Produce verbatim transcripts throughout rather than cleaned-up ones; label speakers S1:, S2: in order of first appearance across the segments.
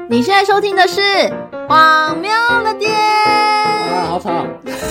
S1: 你现在收听的是《荒谬了点》
S2: 啊，好吵！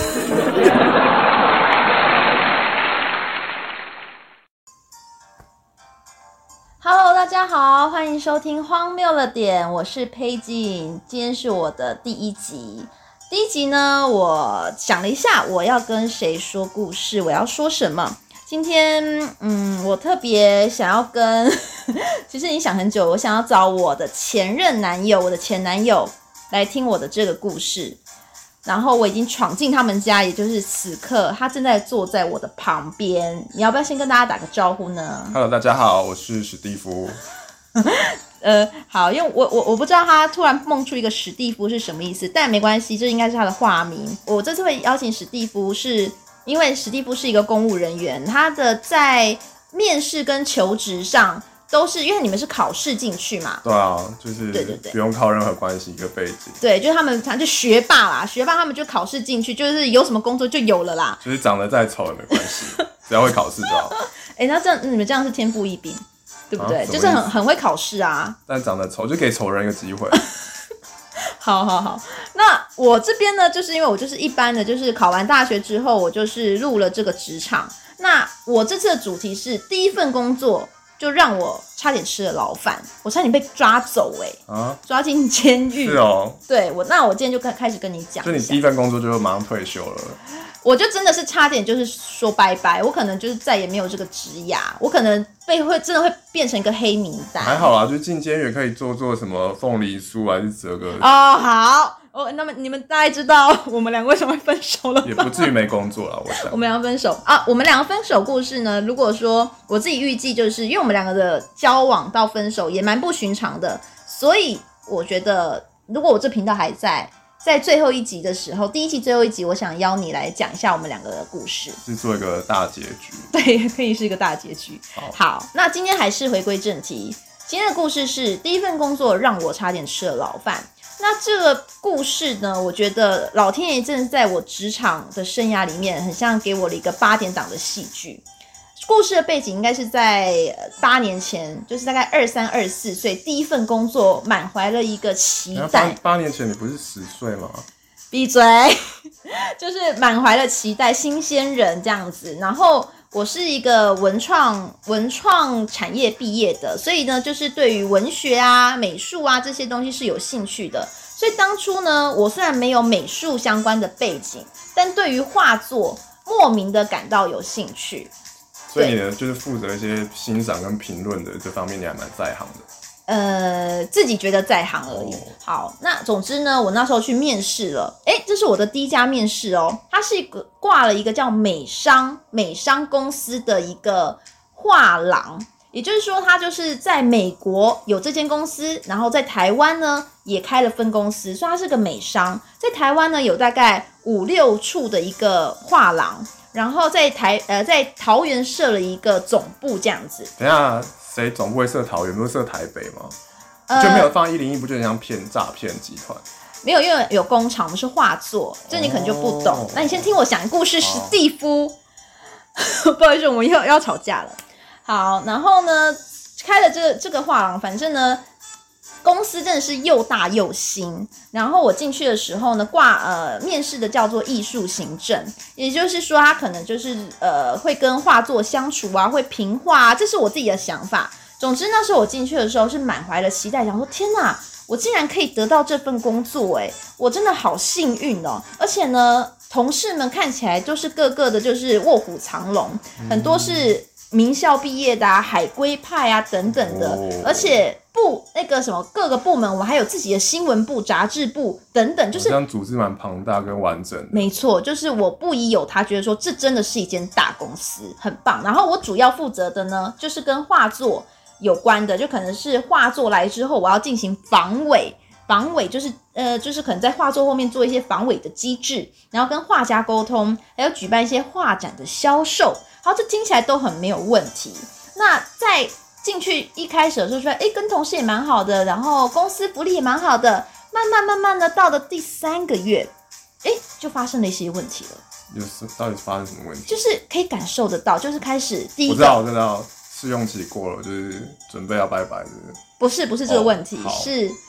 S1: Hello， 大家好，欢迎收听《荒谬了点》，我是佩锦，今天是我的第一集。第一集呢，我想了一下，我要跟谁说故事，我要说什么。今天，嗯，我特别想要跟，其实已经想很久，我想要找我的前任男友，我的前男友来听我的这个故事。然后我已经闯进他们家，也就是此刻，他正在坐在我的旁边。你要不要先跟大家打个招呼呢
S2: Hello， 大家好，我是史蒂夫。
S1: 呃，好，因为我我我不知道他突然蹦出一个史蒂夫是什么意思，但没关系，这应该是他的化名。我这次会邀请史蒂夫是。因为史蒂夫是一个公务人员，他的在面试跟求职上都是因为你们是考试进去嘛。
S2: 对啊，就是
S1: 对对对，
S2: 不用靠任何关系一个背景。
S1: 对，就是他们就学霸啦，学霸他们就考试进去，就是有什么工作就有了啦。
S2: 就是长得再丑也没关系，只要会考试就好。
S1: 哎、欸，那这样你们这样是天赋异禀，对不对？啊、就是很很会考试啊。
S2: 但长得丑就给丑人一个机会。
S1: 好好好，那我这边呢，就是因为我就是一般的，就是考完大学之后，我就是入了这个职场。那我这次的主题是第一份工作就让我差点吃了牢饭，我差点被抓走哎、欸，啊，抓进监狱。
S2: 是哦，
S1: 对我，那我今天就开始跟你讲，
S2: 就你第一份工作就马上退休了。
S1: 我就真的是差点就是说拜拜，我可能就是再也没有这个职涯，我可能被会真的会变成一个黑名单。
S2: 还好啦，就进监狱可以做做什么凤梨酥还是折个
S1: 哦，好哦，那么你们大概知道我们两个为什么会分手了吧？
S2: 也不至于没工作啦，我想。
S1: 我们两个分手啊，我们两个分手故事呢？如果说我自己预计，就是因为我们两个的交往到分手也蛮不寻常的，所以我觉得如果我这频道还在。在最后一集的时候，第一集最后一集，我想邀你来讲一下我们两个的故事，
S2: 是做一个大结局。
S1: 对，可以是一个大结局。
S2: 好，
S1: 好，那今天还是回归正题。今天的故事是第一份工作让我差点吃了牢饭。那这个故事呢，我觉得老天爷真的在我职场的生涯里面，很像给我了一个八点档的戏剧。故事的背景应该是在八年前，就是大概二三二四岁，第一份工作满怀了一个期待。
S2: 八年前你不是十岁吗？
S1: 闭嘴！就是满怀了期待，新鲜人这样子。然后我是一个文创文创产业毕业的，所以呢，就是对于文学啊、美术啊这些东西是有兴趣的。所以当初呢，我虽然没有美术相关的背景，但对于画作莫名的感到有兴趣。
S2: 所以你呢，就是负责一些欣赏跟评论的这方面，你还蛮在行的。
S1: 呃，自己觉得在行而已。哦、好，那总之呢，我那时候去面试了，哎，这是我的第一家面试哦。它是一个挂了一个叫美商美商公司的一个画廊，也就是说，它就是在美国有这间公司，然后在台湾呢也开了分公司，所以它是个美商。在台湾呢有大概五六处的一个画廊。然后在台呃在桃园设了一个总部这样子。
S2: 等一下，谁总部会设桃园？不是设台北吗？呃、就没有放一零一，不就很像骗诈骗集团？
S1: 没有，因为有工厂，我们是画作，这你可能就不懂。哦、那你先听我讲故事，史蒂夫。不好意思，我们又要吵架了。好，然后呢，开了这这个画廊，反正呢。公司真的是又大又新，然后我进去的时候呢，挂呃面试的叫做艺术行政，也就是说他可能就是呃会跟画作相处啊，会评画啊，这是我自己的想法。总之那时候我进去的时候是满怀了期待，想说天哪，我竟然可以得到这份工作哎，我真的好幸运哦！而且呢，同事们看起来就是个个的就是卧虎藏龙，很多是名校毕业的啊，海归派啊等等的，哦、而且。部那个什么各个部门，我们还有自己的新闻部、杂志部等等，就是
S2: 这样组织蛮庞大跟完整的。
S1: 没错，就是我不疑有他，觉得说这真的是一间大公司，很棒。然后我主要负责的呢，就是跟画作有关的，就可能是画作来之后，我要进行防伪，防伪就是呃，就是可能在画作后面做一些防伪的机制，然后跟画家沟通，还有举办一些画展的销售。好，这听起来都很没有问题。那在进去一开始的时候说，哎，跟同事也蛮好的，然后公司福利也蛮好的。慢慢慢慢的到了第三个月，哎，就发生了一些问题了。
S2: 有到底发生什么问题？
S1: 就是可以感受得到，就是开始第一个，
S2: 我知道，我知道，试用期过了，就是准备要拜拜的。
S1: 不是，不是这个问题，
S2: 哦、
S1: 是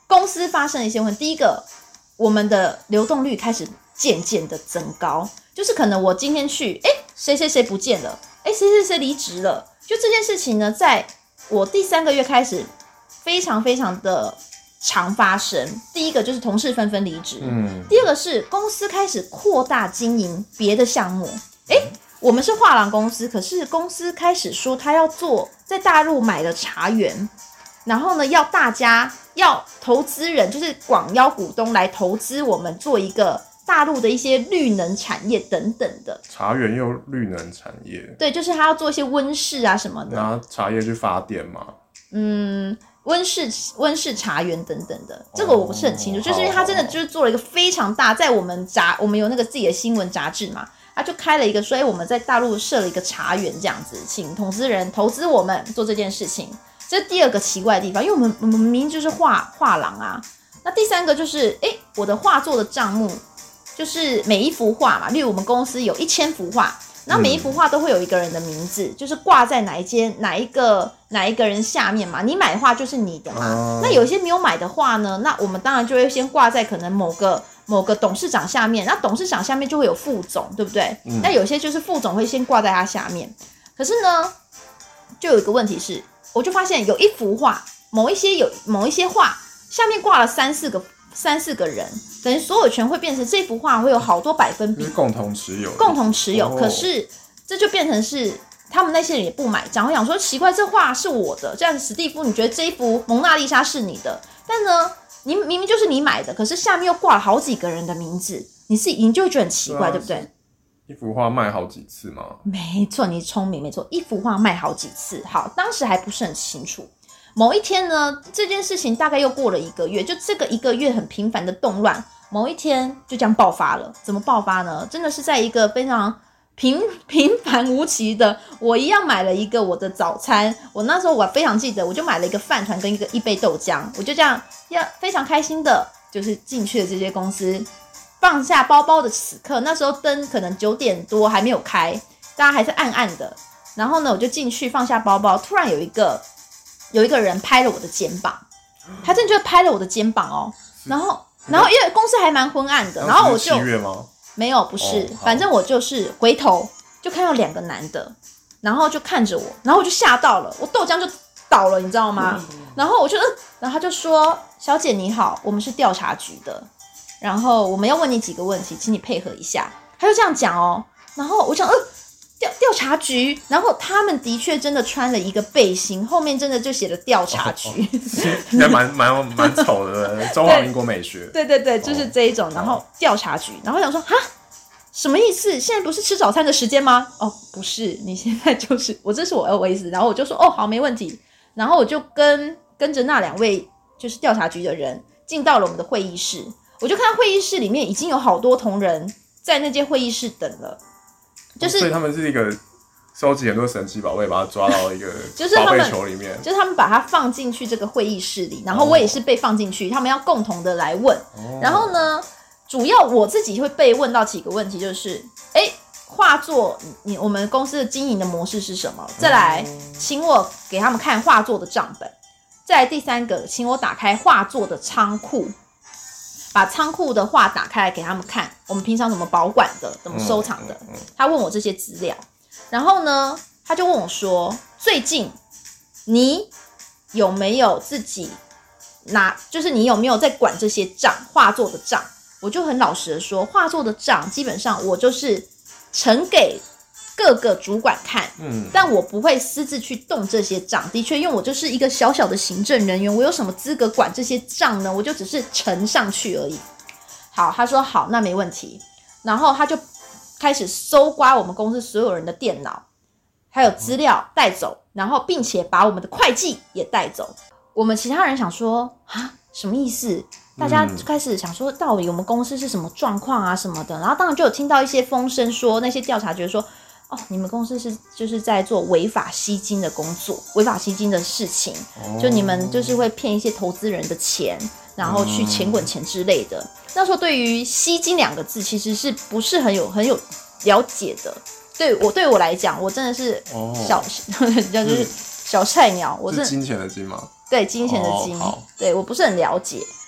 S1: 公司发生了一些问题。第一个，我们的流动率开始渐渐的增高，就是可能我今天去，哎，谁谁谁不见了，哎，谁谁谁离职了，就这件事情呢，在我第三个月开始非常非常的常发生。第一个就是同事纷纷离职，嗯，第二个是公司开始扩大经营别的项目，哎，我们是画廊公司，可是公司开始说他要做在大陆买了茶园，然后呢，要大家要投资人，就是广邀股东来投资我们做一个大陆的一些绿能产业等等的。
S2: 茶园又绿能产业，
S1: 对，就是他要做一些温室啊什么的，
S2: 拿茶叶去发电嘛。
S1: 嗯，温室温室茶园等等的，这个我不是很清楚，哦、就是因为他真的就是做了一个非常大，在我们杂我们有那个自己的新闻杂志嘛。他就开了一个说，哎，我们在大陆设了一个茶园，这样子，请投资人投资我们做这件事情。这是第二个奇怪的地方，因为我们我们明明就是画画廊啊。那第三个就是，哎，我的画作的账目就是每一幅画嘛，例如我们公司有一千幅画，然后每一幅画都会有一个人的名字，嗯、就是挂在哪一间哪一个哪一个人下面嘛。你买的画就是你的嘛。哦、那有些没有买的画呢，那我们当然就会先挂在可能某个。某个董事长下面，那董事长下面就会有副总，对不对？嗯、那有些就是副总会先挂在他下面。可是呢，就有一个问题是，我就发现有一幅画，某一些有某一些画下面挂了三四个三四个人，等于所有权会变成这幅画会有好多百分比，
S2: 就是共同持有，
S1: 共同持有。
S2: 哦、
S1: 可是这就变成是他们那些人也不买账，我想说奇怪，这画是我的，这样史蒂夫，你觉得这一幅蒙娜丽莎是你的，但呢？你明明就是你买的，可是下面又挂了好几个人的名字，你是你就会觉得很奇怪， 对,、啊、对不对？
S2: 一幅画卖好几次吗？
S1: 没错，你聪明，没错，一幅画卖好几次。好，当时还不是很清楚。某一天呢，这件事情大概又过了一个月，就这个一个月很频繁的动乱，某一天就这样爆发了。怎么爆发呢？真的是在一个非常平平凡无奇的，我一样买了一个我的早餐。我那时候我非常记得，我就买了一个饭团跟一个一杯豆浆，我就这样要非常开心的，就是进去了这些公司。放下包包的此刻，那时候灯可能九点多还没有开，大家还是暗暗的。然后呢，我就进去放下包包，突然有一个有一个人拍了我的肩膀，他真的就拍了我的肩膀哦。然后，然后因为公司还蛮昏暗的，然后我就
S2: 七月吗？
S1: 没有，不是，
S2: 哦、
S1: 反正我就是回头就看到两个男的，然后就看着我，然后我就吓到了，我豆浆就倒了，你知道吗？嗯、然后我就，嗯，然后他就说：“小姐你好，我们是调查局的，然后我们要问你几个问题，请你配合一下。”他就这样讲哦，然后我想，嗯，调调查局，然后他们的确真的穿了一个背心，后面真的就写了调查局，
S2: 应该蛮蛮蛮丑的，中华民国美学。
S1: 对对对，就是这一种，然后调查局，然后我想说，哈。什么意思？现在不是吃早餐的时间吗？哦，不是，你现在就是我，这是我 L S， 然后我就说哦，好，没问题。然后我就跟跟着那两位就是调查局的人进到了我们的会议室，我就看到会议室里面已经有好多同仁在那间会议室等了，就是、
S2: 哦、所以他们是一个收集很多神奇宝贝，把它抓到一个宝贝球里面，
S1: 就是他们把它放进去这个会议室里，然后我也是被放进去，哦、他们要共同的来问，哦、然后呢？主要我自己会被问到几个问题，就是，哎，画作，你我们公司的经营的模式是什么？再来，请我给他们看画作的账本。再来第三个，请我打开画作的仓库，把仓库的画打开来给他们看，我们平常怎么保管的，怎么收藏的。他问我这些资料，然后呢，他就问我说，最近你有没有自己拿，就是你有没有在管这些账，画作的账？我就很老实的说，画作的账基本上我就是呈给各个主管看，嗯，但我不会私自去动这些账。的确，因为我就是一个小小的行政人员，我有什么资格管这些账呢？我就只是呈上去而已。好，他说好，那没问题。然后他就开始搜刮我们公司所有人的电脑，还有资料带走，然后并且把我们的会计也带走。我们其他人想说啊，什么意思？大家开始想说，到底我们公司是什么状况啊什么的，然后当然就有听到一些风声说，那些调查局说，哦，你们公司是就是在做违法吸金的工作，违法吸金的事情，哦、就你们就是会骗一些投资人的钱，然后去钱滚钱之类的。嗯、那时候对于吸金两个字，其实是不是很有很有了解的？对我对我来讲，我真的是小，哦、就是小菜鸟，我
S2: 是金钱的金吗？
S1: 对，金钱的金，
S2: 哦、对，
S1: 我不是很了解。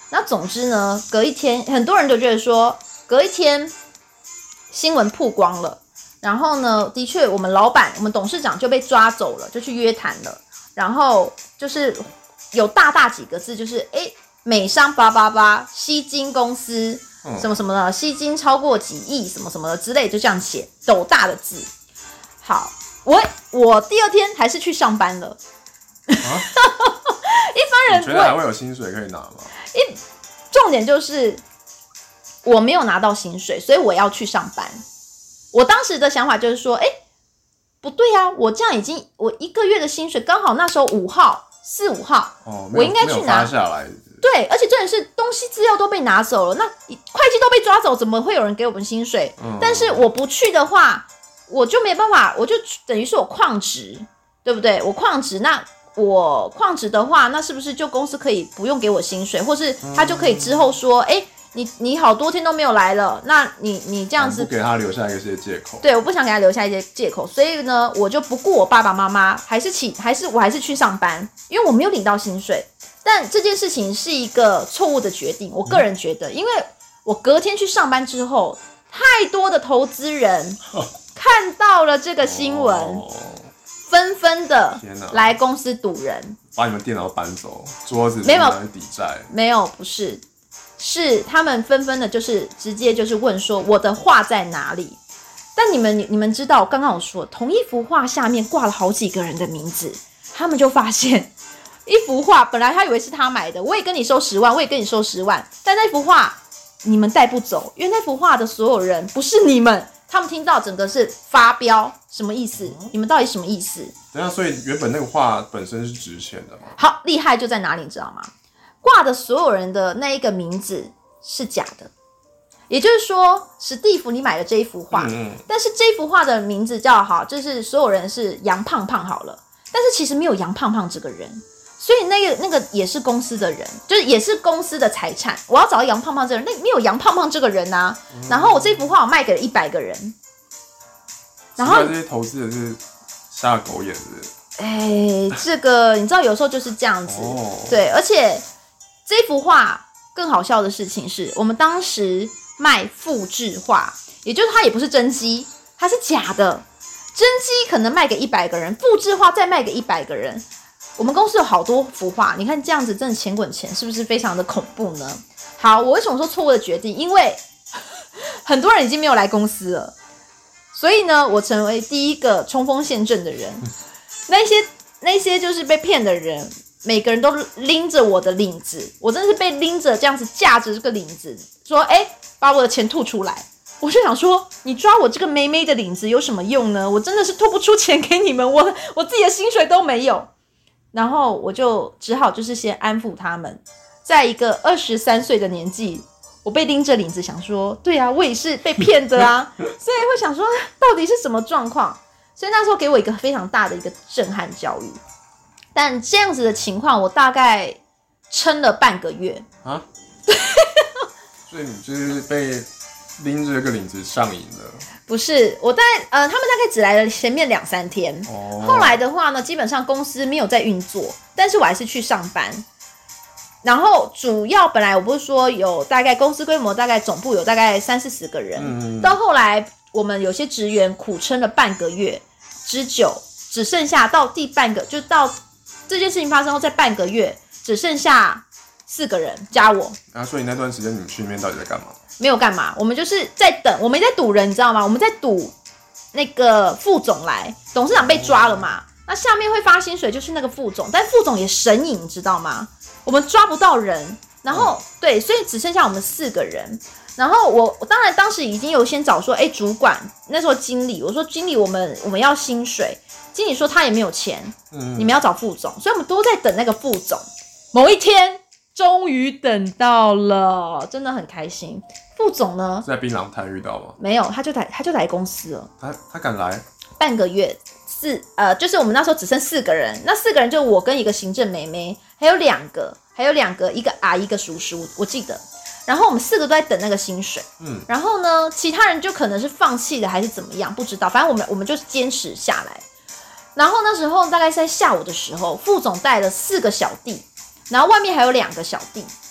S1: 那总之呢，隔一天，很多人都觉得说，隔一天新闻曝光了，然后呢，的确我们老板、我们董事长就被抓走了，就去约谈了，然后就是有大大几个字，就是哎，美商八八八吸金公司。什么什么的，吸金超过几亿，什么什么的之类，就这样写，斗大的字。好，我我第二天还是去上班了。啊、一般人不会，
S2: 你觉得还会有薪水可以拿吗？
S1: 一重点就是我没有拿到薪水，所以我要去上班。我当时的想法就是说，哎，不对啊，我这样已经我一个月的薪水刚好那时候五号、四五号，
S2: 哦、
S1: 我应该去拿
S2: 下来。
S1: 对，而且重点是东西资料都被拿走了，那会计都被抓走，怎么会有人给我们薪水？嗯、但是我不去的话，我就没办法，我就等于是我旷职，对不对？我旷职，那我旷职的话，那是不是就公司可以不用给我薪水，或是他就可以之后说，哎、嗯，你你好多天都没有来了，那你你这样子、
S2: 嗯、不给他留下一些借口。
S1: 对，我不想给他留下一些借口，所以呢，我就不顾我爸爸妈妈，还是起，还是我还是去上班，因为我没有领到薪水。但这件事情是一个错误的决定，我个人觉得，因为我隔天去上班之后，太多的投资人看到了这个新闻，哦、纷纷的来公司堵人，
S2: 把你们电脑搬走，桌子没有抵债，
S1: 没有，不是，是他们纷纷的，就是直接就是问说我的画在哪里？但你们你们知道，刚刚我说同一幅画下面挂了好几个人的名字，他们就发现。一幅画本来他以为是他买的，我也跟你收十万，我也跟你收十万，但那幅画你们带不走，因为那幅画的所有人不是你们，他们听到整个是发飙，什么意思？你们到底什么意思？
S2: 等一下，所以原本那个画本身是值钱的吗？
S1: 好，厉害就在哪里，你知道吗？挂的所有人的那一个名字是假的，也就是说，史蒂夫你买了这一幅画，嗯嗯但是这幅画的名字叫好，就是所有人是杨胖胖好了，但是其实没有杨胖胖这个人。所以那个那个也是公司的人，就是也是公司的财产。我要找到杨胖胖这个人，那没有杨胖胖这个人啊。嗯、然后我这幅画我卖给了一百个人，
S2: 然后这些投资人是瞎了狗眼是不是？
S1: 哎，这个你知道有时候就是这样子，哦、对。而且这幅画更好笑的事情是，我们当时卖复制画，也就是它也不是真迹，它是假的。真迹可能卖给一百个人，复制画再卖给一百个人。我们公司有好多幅画，你看这样子真的钱滚钱，是不是非常的恐怖呢？好，我为什么说错误的决定？因为很多人已经没有来公司了，所以呢，我成为第一个冲锋陷阵的人。那些那些就是被骗的人，每个人都拎着我的领子，我真的是被拎着这样子架着这个领子，说：“哎，把我的钱吐出来。”我就想说，你抓我这个妹妹的领子有什么用呢？我真的是吐不出钱给你们，我我自己的薪水都没有。然后我就只好就是先安抚他们，在一个二十三岁的年纪，我被拎着领子，想说，对啊，我也是被骗的啊，所以会想说到底是什么状况？所以那时候给我一个非常大的一个震撼教育。但这样子的情况，我大概撑了半个月啊，
S2: 所以你就是被拎着这个领子上瘾了。
S1: 不是，我大概呃，他们大概只来了前面两三天，哦、后来的话呢，基本上公司没有在运作，但是我还是去上班。然后主要本来我不是说有大概公司规模大概总部有大概三四十个人，嗯、到后来我们有些职员苦撑了半个月之久，只剩下到第半个，就到这件事情发生后在半个月，只剩下四个人加我。
S2: 啊，所以那段时间你们去那边到底在干嘛？
S1: 没有干嘛，我们就是在等，我们在堵人，你知道吗？我们在堵那个副总来，董事长被抓了嘛，那下面会发薪水就是那个副总，但副总也神隐，你知道吗？我们抓不到人，然后、嗯、对，所以只剩下我们四个人。然后我当然当时已经有先找说，哎，主管那时候经理，我说经理，我们我们要薪水，经理说他也没有钱，嗯、你们要找副总，所以我们都在等那个副总。某一天，终于等到了，真的很开心。副总呢？
S2: 是在槟榔摊遇到吗？
S1: 没有，他就来，他就来公司了。
S2: 他他敢来？
S1: 半个月四呃，就是我们那时候只剩四个人，那四个人就我跟一个行政妹妹，还有两个，还有两个，一个阿姨，一个叔叔，我记得。然后我们四个都在等那个薪水。嗯。然后呢，其他人就可能是放弃了还是怎么样，不知道。反正我们我们就是坚持下来。然后那时候大概是在下午的时候，副总带了四个小弟，然后外面还有两个小弟。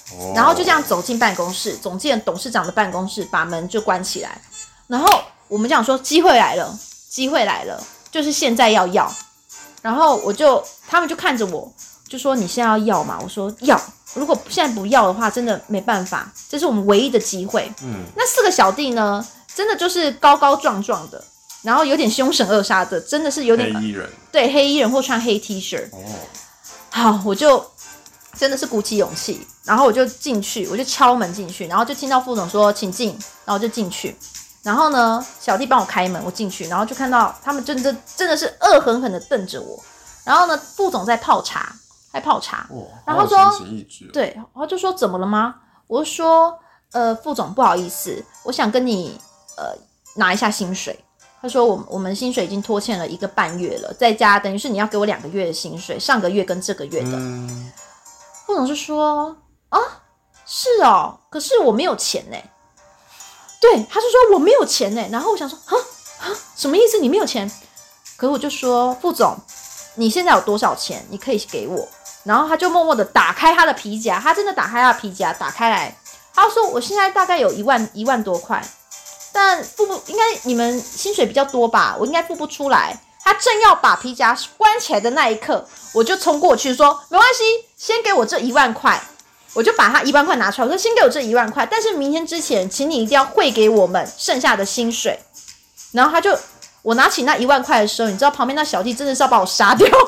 S2: 哦、
S1: 然后就这样走进办公室，总监董事长的办公室，把门就关起来。然后我们讲说机会来了，机会来了，就是现在要要。然后我就他们就看着我，就说你现在要要吗？我说要。如果现在不要的话，真的没办法，这是我们唯一的机会。嗯，那四个小弟呢，真的就是高高壮壮的，然后有点凶神恶煞的，真的是有点
S2: 黑衣人，
S1: 对，黑衣人或穿黑 T 恤。哦，好，我就真的是鼓起勇气，然后我就进去，我就敲门进去，然后就听到副总说请进，然后我就进去，然后呢，小弟帮我开门，我进去，然后就看到他们真的真的是恶狠狠的瞪着我，然后呢，副总在泡茶。在泡茶，然后说，对，然后就说怎么了吗？我就说，呃，副总不好意思，我想跟你呃拿一下薪水。他说我我们薪水已经拖欠了一个半月了，再加等于是你要给我两个月的薪水，上个月跟这个月的。嗯、副总就说啊，是哦，可是我没有钱呢。对，他就说我没有钱呢。然后我想说，啊啊，什么意思？你没有钱？可是我就说，副总，你现在有多少钱？你可以给我。然后他就默默的打开他的皮夹，他真的打开他的皮夹，打开来，他说我现在大概有一万一万多块，但付不应该你们薪水比较多吧，我应该付不出来。他正要把皮夹关起来的那一刻，我就冲过去说没关系，先给我这一万块，我就把他一万块拿出来，我说先给我这一万块，但是明天之前，请你一定要汇给我们剩下的薪水。然后他就我拿起那一万块的时候，你知道旁边那小弟真的是要把我杀掉。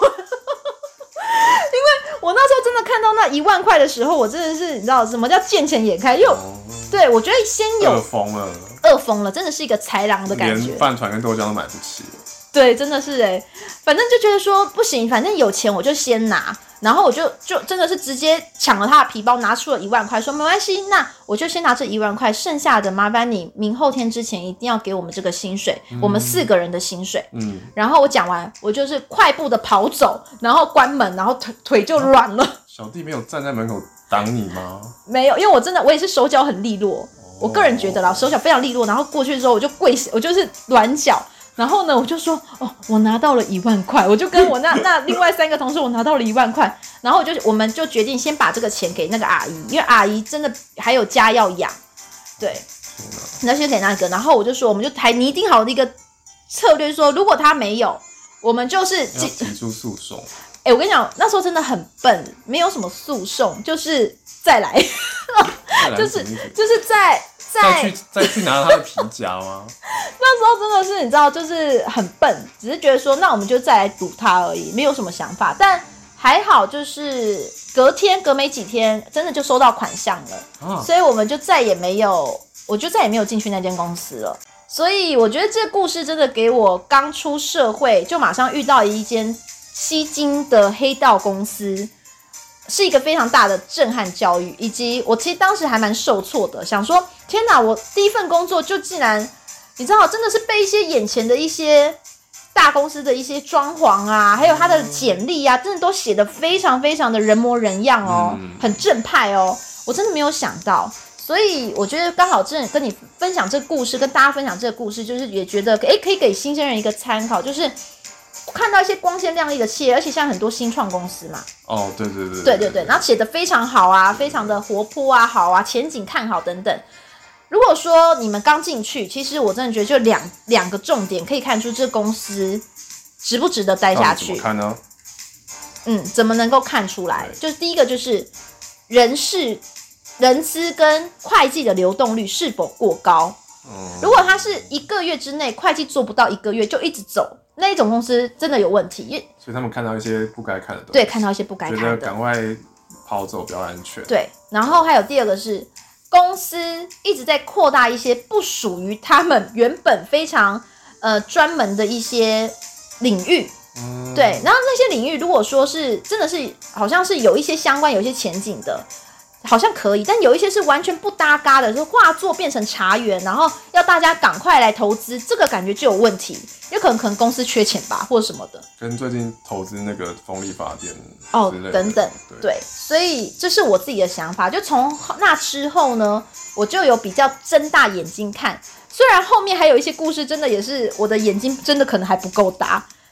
S1: 我那时候真的看到那一万块的时候，我真的是你知道什么叫见钱眼开，因为、哦、对我觉得先有
S2: 饿疯了，
S1: 饿疯了，真的是一个豺狼的感觉，
S2: 连饭团跟豆浆都买不起。
S1: 对，真的是哎、欸，反正就觉得说不行，反正有钱我就先拿，然后我就就真的是直接抢了他的皮包，拿出了一万块，说没关系，那我就先拿这一万块，剩下的麻烦你明后天之前一定要给我们这个薪水，嗯、我们四个人的薪水。嗯，然后我讲完，我就是快步的跑走，然后关门，然后腿腿就软了。
S2: 小弟没有站在门口挡你吗？
S1: 没有，因为我真的我也是手脚很利落，哦、我个人觉得啦，手脚非常利落，然后过去之后我就跪，我就是软脚。然后呢，我就说哦，我拿到了一万块，我就跟我那那另外三个同事，我拿到了一万块，然后我就我们就决定先把这个钱给那个阿姨，因为阿姨真的还有家要养，对，那先给那个，然后我就说，我们就还拟定好的一个策略说，如果他没有，我们就是
S2: 要提出诉讼。
S1: 哎、欸，我跟你讲，那时候真的很笨，没有什么诉讼，就是再来，就是就是在。
S2: 再去再去拿他的皮夹吗？
S1: 那时候真的是你知道，就是很笨，只是觉得说，那我们就再来赌他而已，没有什么想法。但还好，就是隔天隔没几天，真的就收到款项了，啊、所以我们就再也没有，我就再也没有进去那间公司了。所以我觉得这故事真的给我刚出社会就马上遇到一间吸金的黑道公司。是一个非常大的震撼教育，以及我其实当时还蛮受挫的，想说天哪，我第一份工作就竟然，你知道，真的是被一些眼前的一些大公司的一些装潢啊，还有他的简历啊，真的都写得非常非常的人模人样哦，嗯、很正派哦，我真的没有想到，所以我觉得刚好真的跟你分享这个故事，跟大家分享这个故事，就是也觉得哎，可以给新鲜人一个参考，就是。看到一些光鲜亮丽的企业，而且现在很多新创公司嘛。
S2: 哦，对对对，
S1: 对对对，然后写得非常好啊，非常的活泼啊，好啊，前景看好等等。如果说你们刚进去，其实我真的觉得就两两个重点可以看出这公司值不值得待下去。
S2: 怎么看呢？
S1: 嗯，怎么能够看出来？就是第一个就是人事、人资跟会计的流动率是否过高。嗯、如果他是一个月之内会计做不到一个月就一直走。那一种公司真的有问题，因为
S2: 所以他们看到一些不该看的东西，
S1: 对，看到一些不该看的，
S2: 觉得赶快跑走比较安全。
S1: 对，然后还有第二个是公司一直在扩大一些不属于他们原本非常呃专门的一些领域，嗯、对，然后那些领域如果说是真的是好像是有一些相关、有一些前景的。好像可以，但有一些是完全不搭嘎的，就是画作变成茶园，然后要大家赶快来投资，这个感觉就有问题，有可能可能公司缺钱吧，或者什么的。
S2: 跟最近投资那个风力发电
S1: 哦等等，对，对，所以这是我自己的想法。就从那之后呢，我就有比较睁大眼睛看，虽然后面还有一些故事，真的也是我的眼睛真的可能还不够大。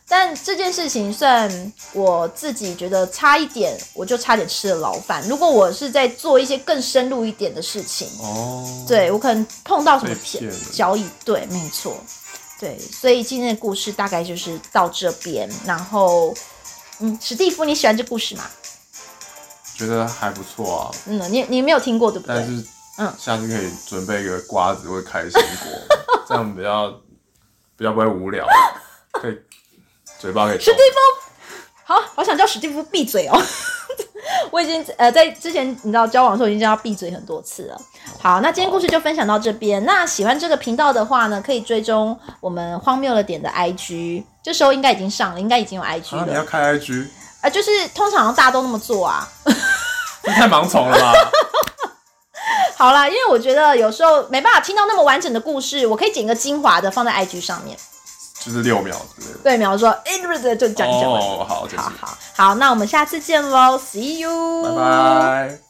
S1: 但这件事情算我自己觉得差一点，我就差点吃了牢饭。如果我是在做一些更深入一点的事情，哦，对我可能碰到什么骗交易，对，没错，对，所以今天的故事大概就是到这边。然后，嗯，史蒂夫，你喜欢这故事吗？
S2: 觉得还不错啊。
S1: 嗯，你你没有听过对不对？
S2: 但是，嗯，下次可以准备一个瓜子或开心果，这样比较比较不会无聊，可以嘴巴可以。
S1: 史蒂夫，好，好想叫史蒂夫闭嘴哦。我已经呃在之前你知道交往的时候已经叫他闭嘴很多次了。好，那今天故事就分享到这边。那喜欢这个频道的话呢，可以追踪我们荒谬了点的 I G， 这时候应该已经上了，应该已经有 I G 了。
S2: 啊，你要开 I G？
S1: 呃，就是通常大家都那么做啊。
S2: 这太盲从了吧？
S1: 好啦，因为我觉得有时候没办法听到那么完整的故事，我可以剪个精华的放在 I G 上面，
S2: 就是六秒之类的。
S1: 对，秒说，哎、欸，就讲一讲。
S2: 哦，好，
S1: 好好好，那我们下次见喽 ，See you，
S2: 拜拜。